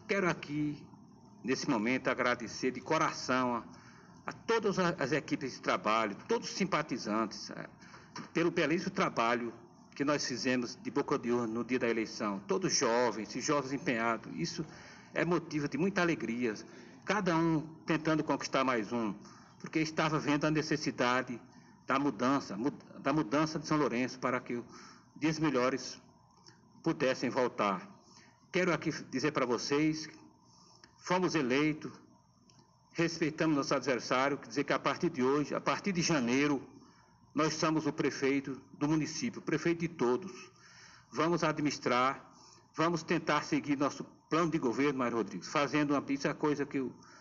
Quero aqui, nesse momento, agradecer de coração a todas as equipes de trabalho, todos os simpatizantes, pelo belíssimo trabalho que nós fizemos de boca de urna no dia da eleição. Todos jovens e jovens empenhados, isso é motivo de muita alegria. Cada um tentando conquistar mais um, porque estava vendo a necessidade da mudança de São Lourenço para que dias melhores pudessem voltar. Quero aqui dizer para vocês, fomos eleitos, respeitamos nosso adversário, quer dizer que a partir de hoje, a partir de janeiro, nós somos o prefeito do município, o prefeito de todos. Vamos administrar, vamos tentar seguir nosso plano de governo, Mário Rodrigues, fazendo isso é a coisa que